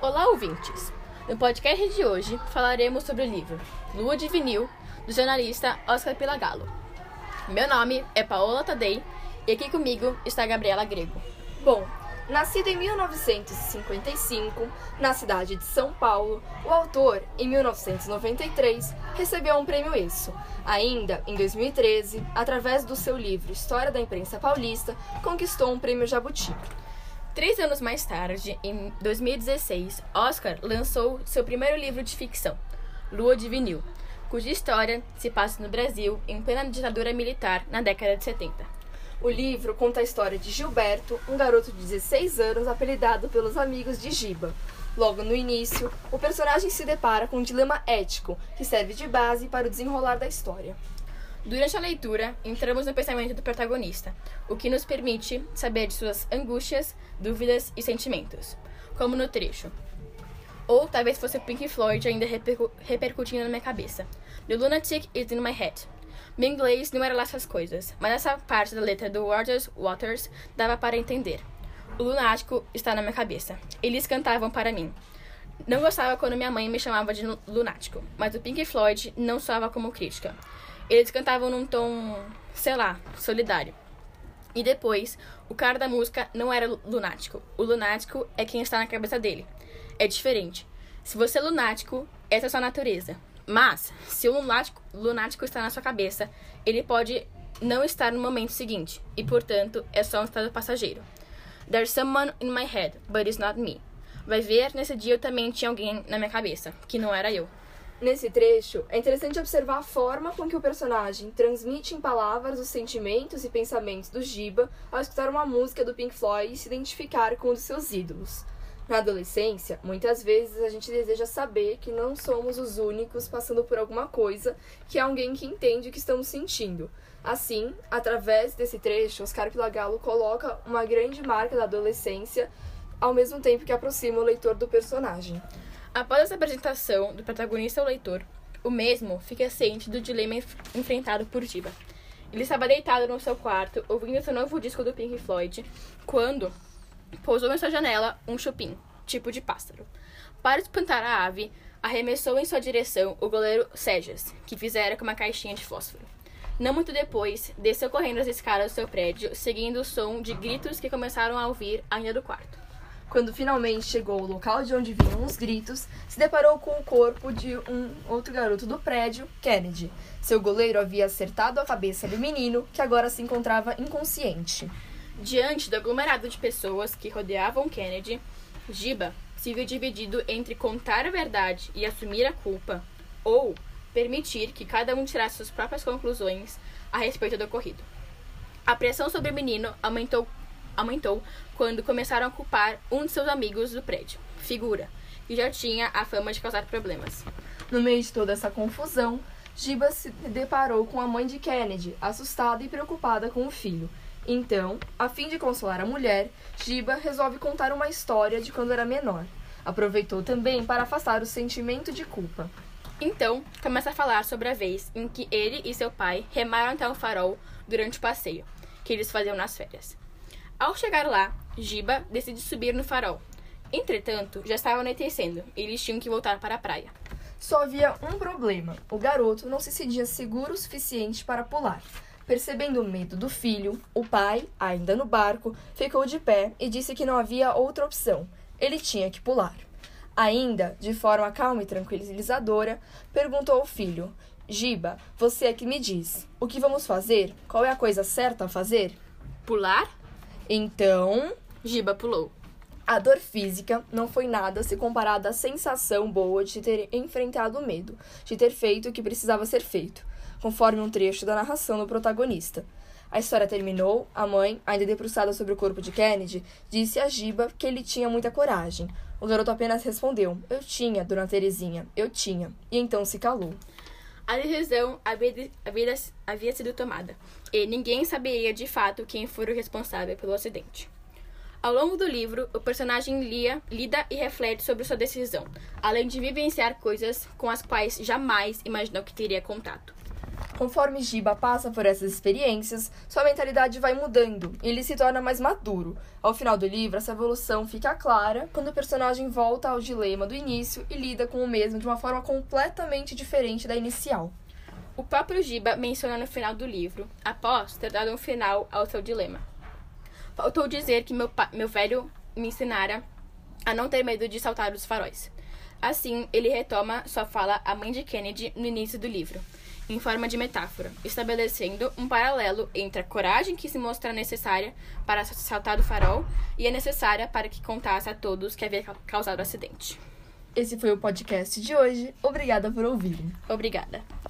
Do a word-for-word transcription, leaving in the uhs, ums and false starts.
Olá, ouvintes! No podcast de hoje falaremos sobre o livro Lua de Vinil, do jornalista Oscar Pelagalo. Meu nome é Paola Tadei e aqui comigo está a Gabriela Grego. Bom, nascido em mil novecentos e cinquenta e cinco, na cidade de São Paulo, o autor, em mil novecentos e noventa e três, recebeu um prêmio ESSO. Ainda, em dois mil e treze, através do seu livro História da Imprensa Paulista, conquistou um prêmio Jabuti. Três anos mais tarde, em dois mil e dezesseis, Oscar lançou seu primeiro livro de ficção, Lua de Vinil, cuja história se passa no Brasil em plena ditadura militar na década de setenta. O livro conta a história de Gilberto, um garoto de dezesseis anos apelidado pelos amigos de Giba. Logo no início, o personagem se depara com um dilema ético que serve de base para o desenrolar da história. Durante a leitura, entramos no pensamento do protagonista, o que nos permite saber de suas angústias, dúvidas e sentimentos, como no trecho. Ou talvez fosse o Pink Floyd ainda repercu- repercutindo na minha cabeça. The lunatic is in my head. Meu inglês não era lá essas coisas, mas essa parte da letra do Roger Waters dava para entender. O lunático está na minha cabeça. Eles cantavam para mim. Não gostava quando minha mãe me chamava de lunático, mas o Pink Floyd não soava como crítica. Eles cantavam num tom, sei lá, solidário. E depois, o cara da música não era lunático. O lunático é quem está na cabeça dele. É diferente. Se você é lunático, essa é a sua natureza. Mas, se o lunático, lunático está na sua cabeça, ele pode não estar no momento seguinte. E, portanto, é só um estado passageiro. There's someone in my head, but it's not me. Vai ver, nesse dia eu também tinha alguém na minha cabeça, que não era eu. Nesse trecho, é interessante observar a forma com que o personagem transmite em palavras os sentimentos e pensamentos do Giba ao escutar uma música do Pink Floyd e se identificar com um dos seus ídolos. Na adolescência, muitas vezes a gente deseja saber que não somos os únicos passando por alguma coisa, que é alguém que entende o que estamos sentindo. Assim, através desse trecho, Oscar Pelagalo coloca uma grande marca da adolescência, ao mesmo tempo que aproxima o leitor do personagem. Após essa apresentação do protagonista ao leitor, o mesmo fica ciente do dilema enf- enfrentado por Giba. Ele estava deitado no seu quarto, ouvindo seu novo disco do Pink Floyd, quando pousou em sua janela um chupim, tipo de pássaro. Para espantar a ave, arremessou em sua direção o goleiro Sejas, que fizera com uma caixinha de fósforo. Não muito depois, desceu correndo as escadas do seu prédio, seguindo o som de gritos que começaram a ouvir ainda do quarto. Quando finalmente chegou ao local de onde vinham os gritos, se deparou com o corpo de um outro garoto do prédio, Kennedy. Seu goleiro havia acertado a cabeça do menino, que agora se encontrava inconsciente. Diante do aglomerado de pessoas que rodeavam Kennedy, Giba se viu dividido entre contar a verdade e assumir a culpa, ou permitir que cada um tirasse suas próprias conclusões a respeito do ocorrido. A pressão sobre o menino aumentou aumentou quando começaram a culpar um de seus amigos do prédio, Figura, que já tinha a fama de causar problemas. No meio de toda essa confusão, Giba se deparou com a mãe de Kennedy, assustada e preocupada com o filho. Então, a fim de consolar a mulher, Giba resolve contar uma história de quando era menor. Aproveitou também para afastar o sentimento de culpa. Então, começa a falar sobre a vez em que ele e seu pai remaram até um farol durante o passeio que eles faziam nas férias. Ao chegar lá, Giba decide subir no farol. Entretanto, já estava anoitecendo e eles tinham que voltar para a praia. Só havia um problema. O garoto não se sentia seguro o suficiente para pular. Percebendo o medo do filho, o pai, ainda no barco, ficou de pé e disse que não havia outra opção. Ele tinha que pular. Ainda, de forma calma e tranquilizadora, perguntou ao filho: Giba, você é que me diz, o que vamos fazer? Qual é a coisa certa a fazer? Pular? Então, Giba pulou. A dor física não foi nada se comparada à sensação boa de ter enfrentado o medo, de ter feito o que precisava ser feito, conforme um trecho da narração do protagonista. A história terminou, a mãe, ainda debruçada sobre o corpo de Kennedy, disse a Giba que ele tinha muita coragem. O garoto apenas respondeu: Eu tinha, dona Terezinha, eu tinha, e então se calou. A decisão havia, havia, havia sido tomada, e ninguém saberia de fato quem foi o responsável pelo acidente. Ao longo do livro, o personagem lia, lida e reflete sobre sua decisão, além de vivenciar coisas com as quais jamais imaginou que teria contato. Conforme Giba passa por essas experiências, sua mentalidade vai mudando e ele se torna mais maduro. Ao final do livro, essa evolução fica clara quando o personagem volta ao dilema do início e lida com o mesmo de uma forma completamente diferente da inicial. O próprio Giba menciona no final do livro, após ter dado um final ao seu dilema. Faltou dizer que meu, pa- meu velho me ensinara a não ter medo de saltar os faróis. Assim, ele retoma sua fala à mãe de Kennedy no início do livro, em forma de metáfora, estabelecendo um paralelo entre a coragem que se mostra necessária para saltar do farol e a necessária para que contasse a todos que havia causado o acidente. Esse foi o podcast de hoje. Obrigada por ouvirem. Obrigada.